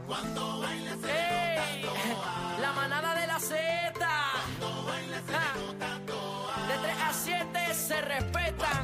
¡Ey! La manada de la Z. De 3 a 7 se respetan.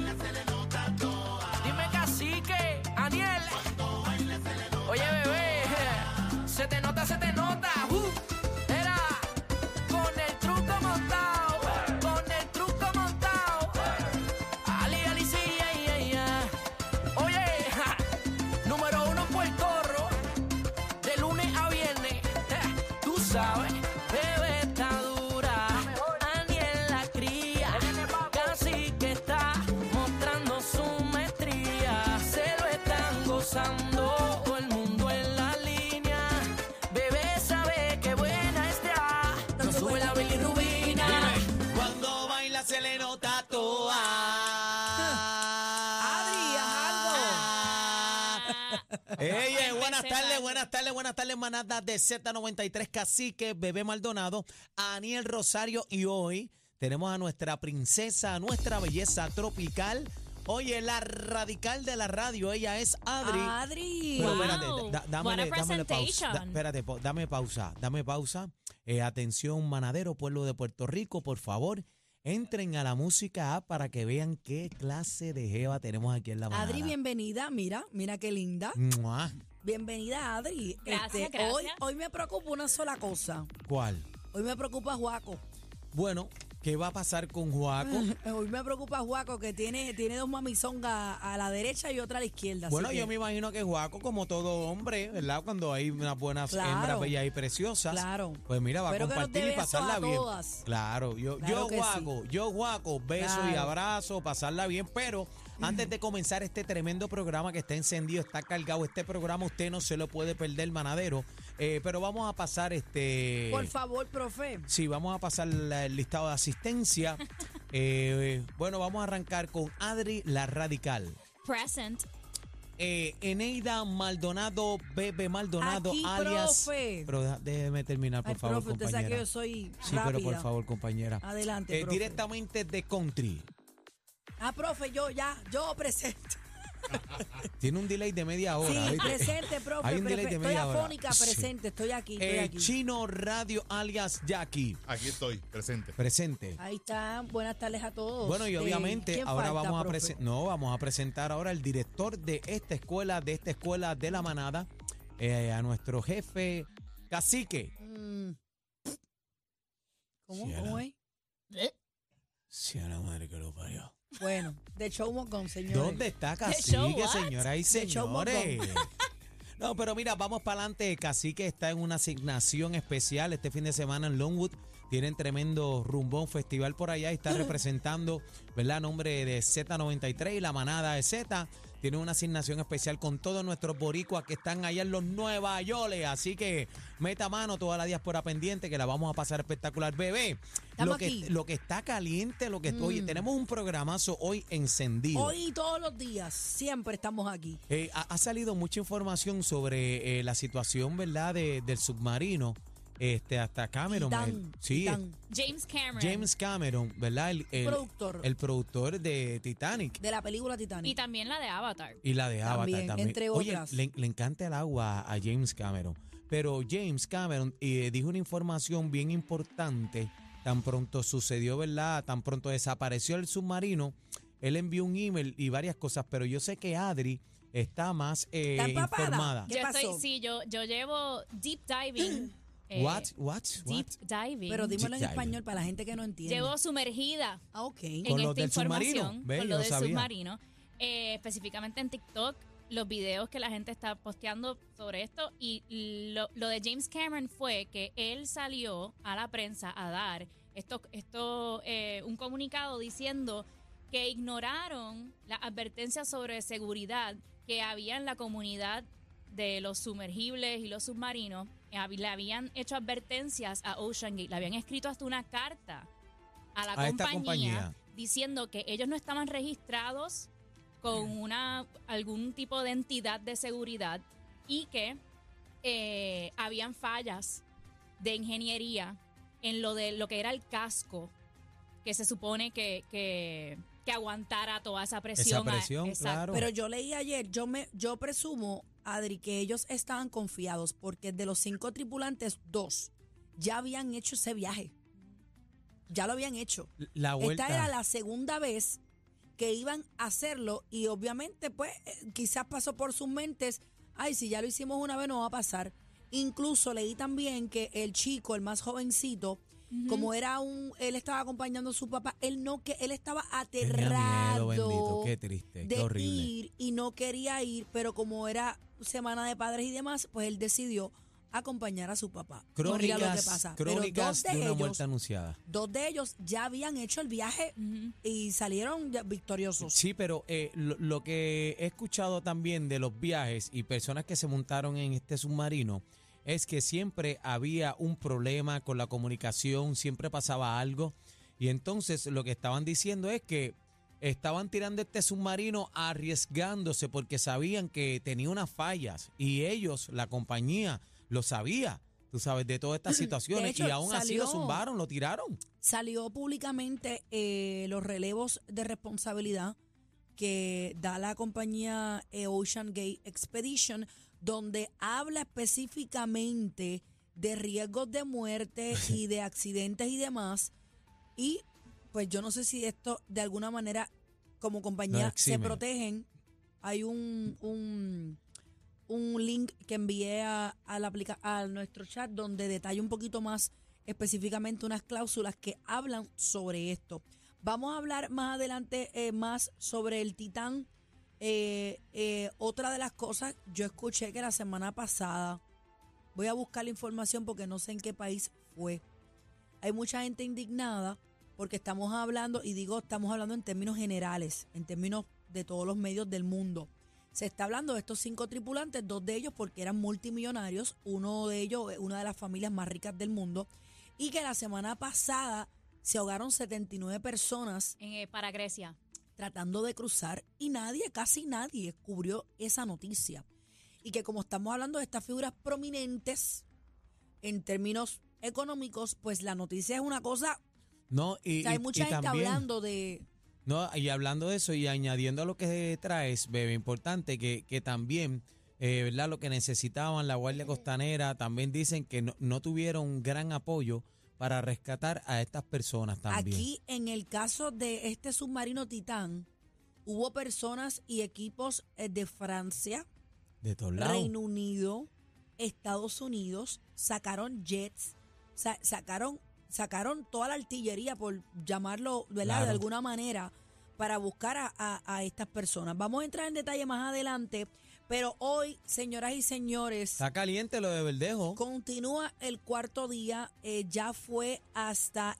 Dime cacique, Aniel. Oye, bebé, se te nota, se te nota. Era con el truco montado, con el truco montado. Ali, Ali, sí, Oye, número 1 en Puerto Rico, de lunes a viernes. Tú sabes, bebé está dura. Aniel la cría, cacique está mostrando su maestría. Se lo están gozando. Se le nota toa. Adri, algo. Buenas tardes, manada de Z93, Cacique, Bebé Maldonado, Aniel Rosario, y hoy tenemos a nuestra princesa, a nuestra belleza tropical. Oye, la radical de la radio, ella es Adri. Adri. Pero Wow. espérate, dámele pausa. Espérate, dame pausa. Atención, manadero, pueblo de Puerto Rico, por favor. Entren a la música app para que vean qué clase de jeva tenemos aquí en la manada. Adri, bienvenida. Mira qué linda. ¡Mua! Bienvenida, Adri. Gracias. Hoy me preocupa una sola cosa. ¿Cuál? Hoy me preocupa Juaco. Bueno, ¿qué va a pasar con Juaco? Hoy me preocupa Juaco, que tiene 2 mamizongas a la derecha y otra a la izquierda. Bueno, así yo que, me imagino que Juaco, como todo hombre, ¿verdad? Cuando hay unas buenas Claro. hembras bellas y preciosas, Claro. pues mira, va a Espero que nos compartir dé y besos pasarla a bien. todas. Claro, Claro que yo Juaco, beso y Claro. abrazo, pasarla bien, pero antes de comenzar este tremendo programa que está encendido, está cargado, este programa usted no se lo puede perder, manadero, pero vamos a pasar Por favor, profe. Sí, vamos a pasar el listado de asistencia. Bueno, vamos a arrancar con Adri, la radical. Present. Eneida Maldonado, Bebe Maldonado, Aquí, alias. profe. Pero déjeme terminar, por Ay, favor, profe, usted sabe que compañera. yo soy Sí, rápida. pero por favor, compañera. Adelante, profe. Directamente de Country. Profe, yo presente. Tiene un delay de media hora. Sí, ¿viste? presente, profe. Hay un delay de Estoy media hora. afónica, Sí. presente. Estoy aquí. Chino Radio, alias Jackie. Aquí estoy, presente. Presente. Ahí está. Buenas tardes a todos. Bueno, y obviamente ¿quién ahora falta, vamos profe? vamos a presentar ahora al director de esta escuela de la manada, a nuestro jefe Cacique. ¿Cómo? Sí, ¿Cómo es? Sí, a la madre que lo parió. Bueno, de show con señores. ¿Dónde está show Cacique, what? señoras y The show señores? No, pero mira, vamos para adelante. Cacique está en una asignación especial este fin de semana en Longwood. Tienen tremendo rumbón festival por allá y está representando, ¿verdad? A nombre de Z93 y la manada de Z. Tiene una asignación especial con todos nuestros boricuas que están allá en los Nueva York. Así que meta mano toda la diáspora pendiente que la vamos a pasar espectacular. Bebé, Estamos aquí. lo que está caliente, oye, tenemos un programazo hoy encendido. Hoy y todos los días, siempre estamos aquí. Ha salido mucha información sobre la situación, ¿verdad? Del submarino. Hasta Cameron. Titán. James Cameron. ¿Verdad? Productor. El productor de Titanic. De la película Titanic. Y también la de Avatar. Y la de Avatar También, también. entre Oye, otras. le encanta el agua a James Cameron. Pero James Cameron dijo una información bien importante. Tan pronto sucedió, ¿verdad? Tan pronto desapareció el submarino. Él envió un email y varias cosas. Pero yo sé que Adri está más ¿Está empapada? informada. ¿Qué pasó? Yo llevo deep diving. What? Deep diving. Pero dímelo en Deep diving. español para la gente que no entiende. Llevo sumergida Ok. en Con lo esta del submarino. información, Ve, con yo lo no del sabía. submarino, específicamente en TikTok, los videos que la gente está posteando sobre esto. Y lo de James Cameron fue que él salió a la prensa a dar un comunicado diciendo que ignoraron las advertencias sobre seguridad que había en la comunidad de los sumergibles y los submarinos. Le habían hecho advertencias a OceanGate, le habían escrito hasta una carta a la esta compañía diciendo que ellos no estaban registrados con algún tipo de entidad de seguridad y que habían fallas de ingeniería en lo que era el casco, que se supone que aguantara toda esa presión. Esa presión, Exacto. claro. Pero yo leí ayer, yo presumo, Adri, que ellos estaban confiados porque de los 5 tripulantes, 2 ya habían hecho ese viaje. Ya lo habían hecho. La vuelta. Esta era la segunda vez que iban a hacerlo y obviamente pues quizás pasó por sus mentes, ay, si ya lo hicimos una vez no va a pasar. Incluso leí también que el chico, el más jovencito, como él estaba acompañando a su papá, él estaba Tenía aterrado miedo, bendito, qué triste, qué de horrible. ir y no quería ir, pero como era semana de padres y demás, pues él decidió acompañar a su papá. Mira lo que pasa. Crónicas Pero de una muerte anunciada. 2 de ellos ya habían hecho el viaje y salieron victoriosos. Sí, pero lo que he escuchado también de los viajes y personas que se montaron en este submarino es que siempre había un problema con la comunicación, siempre pasaba algo. Y entonces lo que estaban diciendo es que estaban tirando este submarino arriesgándose porque sabían que tenía unas fallas y ellos, la compañía, lo sabía, tú sabes, de todas estas situaciones. De hecho, y aún así lo zumbaron, lo tiraron. Salió públicamente los relevos de responsabilidad que da la compañía Ocean Gate Expedition, donde habla específicamente de riesgos de muerte y de accidentes y demás. Y pues yo no sé si esto de alguna manera como compañía se protegen. Hay un link que envié a nuestro chat donde detalla un poquito más específicamente unas cláusulas que hablan sobre esto. Vamos a hablar más adelante más sobre el Titán. Otra de las cosas, yo escuché que la semana pasada, voy a buscar la información porque no sé en qué país fue. Hay mucha gente indignada porque estamos hablando, y digo estamos hablando en términos generales, en términos de todos los medios del mundo. Se está hablando de estos 5 tripulantes, 2 de ellos porque eran multimillonarios, uno de ellos, una de las familias más ricas del mundo, y que la semana pasada se ahogaron 79 personas para Grecia. Tratando de cruzar y casi nadie cubrió esa noticia. Y que como estamos hablando de estas figuras prominentes en términos económicos, pues la noticia es una cosa. No, Hay mucha gente también, hablando de. No, y hablando de eso y añadiendo a lo que traes, bebé, importante que también, ¿verdad? Lo que necesitaban la Guardia Costanera, también dicen que no tuvieron gran apoyo para rescatar a estas personas también. Aquí, en el caso de este submarino Titán, hubo personas y equipos de Francia, de todos lados, Reino Unido, Estados Unidos, sacaron jets, sacaron toda la artillería, por llamarlo, ¿verdad? Claro. De alguna manera, para buscar a estas personas. Vamos a entrar en detalle más adelante, pero hoy, señoras y señores, está caliente lo de Verdejo. continúa el 4º día, ya fue hasta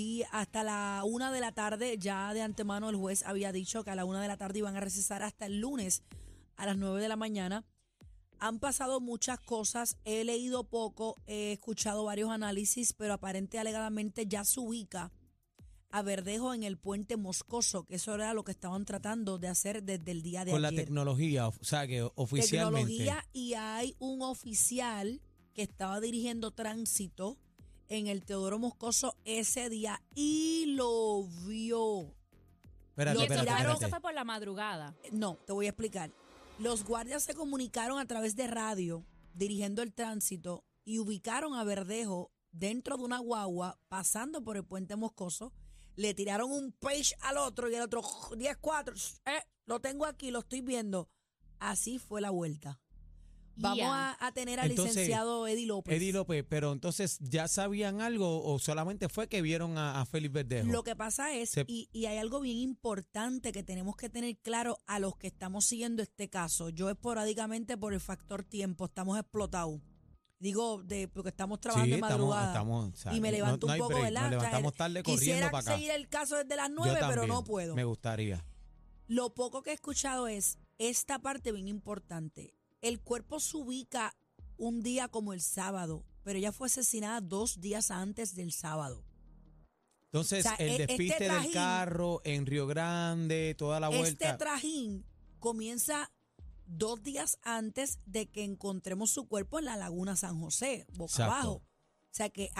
la 1 de la tarde, ya de antemano el juez había dicho que a la 1 de la tarde iban a recesar hasta el lunes a las 9 de la mañana. Han pasado muchas cosas, he leído poco, he escuchado varios análisis, pero alegadamente ya se ubica a Verdejo en el puente Moscoso, que eso era lo que estaban tratando de hacer desde el día de Con ayer. la tecnología, o sea que oficialmente. Tecnología, y hay un oficial que estaba dirigiendo tránsito en el Teodoro Moscoso ese día y lo vio. Espérate. Eso fue por la madrugada. No, te voy a explicar. Los guardias se comunicaron a través de radio dirigiendo el tránsito y ubicaron a Verdejo dentro de una guagua pasando por el puente Moscoso. Le tiraron un page al otro y el otro 10-4. Lo tengo aquí, lo estoy viendo. Así fue la vuelta. Vamos a tener al licenciado Eddie López. Eddie López, pero entonces, ¿ya sabían algo o solamente fue que vieron a Félix Verdejo? Lo que pasa es, y hay algo bien importante que tenemos que tener claro a los que estamos siguiendo este caso. Yo esporádicamente por el factor tiempo, estamos explotados. Digo, porque estamos trabajando de madrugada. O sea, y me levanto un poco, ¿verdad? Nos levantamos tarde corriendo quisiera para acá. seguir el caso desde las 9, pero no puedo. Me gustaría. Lo poco que he escuchado es esta parte bien importante. El cuerpo se ubica un día como el sábado, pero ella fue asesinada 2 días antes del sábado. Entonces, O sea, el despiste del carro en Río Grande, toda la vuelta. Este trajín comienza 2 días antes de que encontremos su cuerpo en la Laguna San José, boca Exacto. abajo. O sea que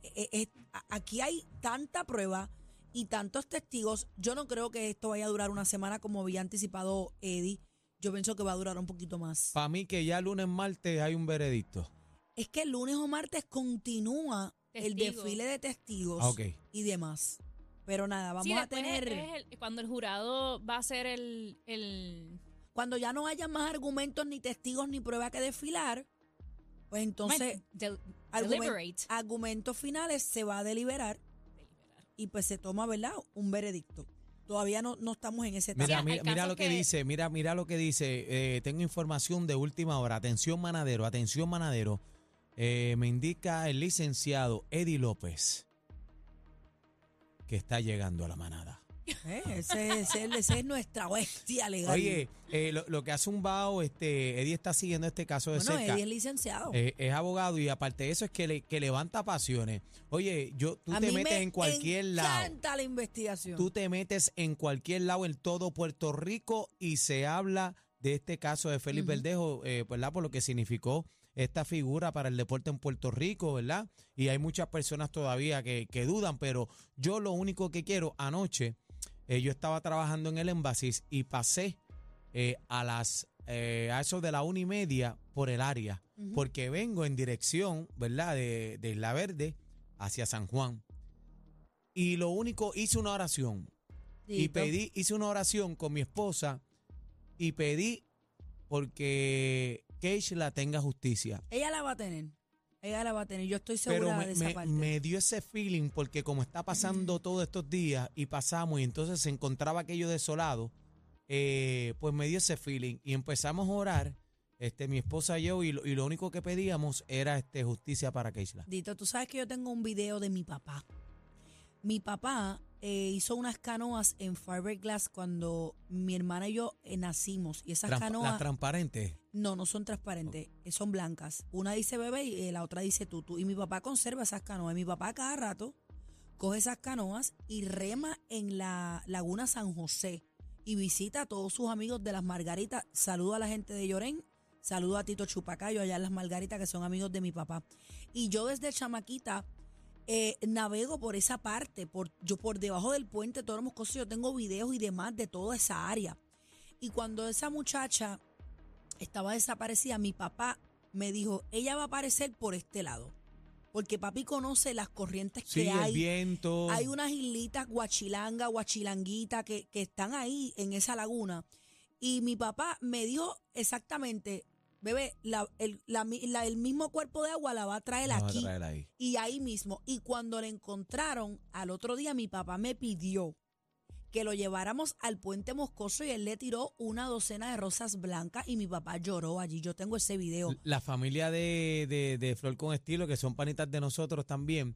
aquí hay tanta prueba y tantos testigos. Yo no creo que esto vaya a durar una semana como había anticipado Eddie. yo pienso que va a durar un poquito más. Para mí que ya lunes, martes hay un veredicto. Es que el lunes o martes continúa el Testigos. desfile de testigos Ok. y demás. Pero nada, vamos Sí, a después tener... cuando el jurado va a hacer Cuando ya no haya más argumentos, ni testigos, ni prueba que desfilar, pues entonces deliberate. argumentos finales se va a deliberar y pues se toma, ¿verdad?, un veredicto. Todavía no estamos en ese etapa. Mira, hay mira, mira casos lo que que- dice, mira lo que dice. Tengo información de última hora. Atención, manadero. Me indica el licenciado Eddie López que está llegando a la manada. Ese es nuestra bestia legal. Oye, lo que ha zumbado, Eddie está siguiendo este caso de bueno, cerca. Eddie es licenciado. Es abogado y aparte de eso es que levanta pasiones. Oye, tú A te mí metes me en cualquier lado. encanta la investigación. Tú te metes en cualquier lado en todo Puerto Rico y se habla de este caso de Félix Verdejo, ¿verdad? Por lo que significó esta figura para el deporte en Puerto Rico, ¿verdad? Y hay muchas personas todavía que dudan, pero yo lo único que quiero, anoche, yo estaba trabajando en el Énfasis y pasé a eso de la 1:30 por el área, porque vengo en dirección, ¿verdad? De Isla Verde hacia San Juan. Y lo único, hice una oración. Dito. Hice una oración con mi esposa y pedí porque Keishla tenga justicia. Ella la va a tener. Yo estoy Pero segura de esa parte. me dio ese feeling porque como está pasando todos estos días y pasamos y entonces se encontraba aquello desolado, pues me dio ese feeling y empezamos a orar, mi esposa y yo, y lo único que pedíamos era justicia para Keishla. Dito, tú sabes que yo tengo un video de mi papá. Mi papá hizo unas canoas en fiberglass cuando mi hermana y yo nacimos. Y esas Las canoas transparentes. no son transparentes, son blancas. Una dice bebé y la otra dice tutu. Y mi papá conserva esas canoas. Mi papá cada rato coge esas canoas y rema en la Laguna San José y visita a todos sus amigos de Las Margaritas. Saludo a la gente de Llorén, saludo a Tito Chupacayo allá en Las Margaritas, que son amigos de mi papá. Y yo desde chamaquita navego por esa parte, yo por debajo del puente Toro Moscoso, yo tengo videos y demás de toda esa área. Y cuando esa muchacha estaba desaparecida, mi papá me dijo, ella va a aparecer por este lado, porque papi conoce las corrientes Sí, que el hay. viento. Hay unas islitas guachilanguita que están ahí en esa laguna. Y mi papá me dijo exactamente, bebé, el mismo cuerpo de agua la va a traer La va a aquí. traer ahí. Y ahí mismo. Y cuando la encontraron, al otro día mi papá me pidió que lo lleváramos al puente Moscoso y él le tiró una docena de rosas blancas y mi papá lloró allí. Yo tengo ese video. La familia de Flor con Estilo, que son panitas de nosotros también,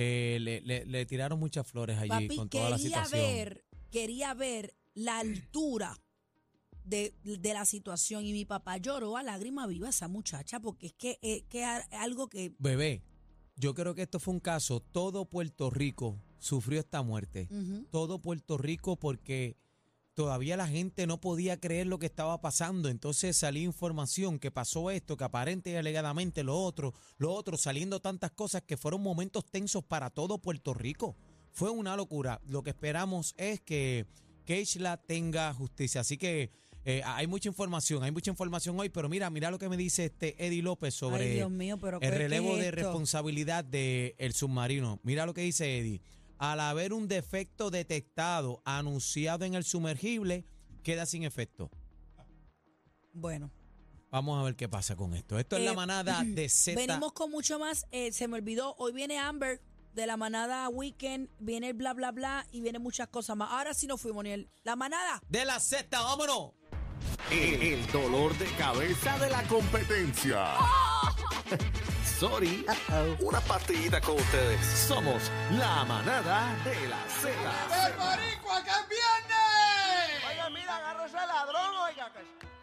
le tiraron muchas flores allí Papi con toda la situación. quería ver la altura de la situación y mi papá lloró a lágrima viva esa muchacha porque es que es algo que... Bebé, yo creo que esto fue un caso, todo Puerto Rico sufrió esta muerte. Ujú. Todo Puerto Rico porque todavía la gente no podía creer lo que estaba pasando. Entonces salía información que pasó esto, que aparente y alegadamente lo otro, saliendo tantas cosas que fueron momentos tensos para todo Puerto Rico. Fue una locura. Lo que esperamos es que Keishla tenga justicia. Así que hay mucha información hoy, pero mira lo que me dice Eddie López sobre Ay, Dios mío, pero el ¿qué relevo es de esto? responsabilidad del submarino. Mira lo que dice Eddie. Al haber un defecto detectado anunciado en el sumergible, queda sin efecto. Bueno. Vamos a ver qué pasa con esto. Esto es la manada de Z. Venimos con mucho más. Se me olvidó, hoy viene Amber de la manada Weekend, viene el bla, bla, bla y vienen muchas cosas más. Ahora sí nos fuimos, Niel. La manada. De la Z, vámonos. El dolor de cabeza de la competencia. Sorry. Una partidita con ustedes. Somos la manada de la Z. ¡El boricua que es viernes! Oiga, mira, agárrese ladrón, oiga.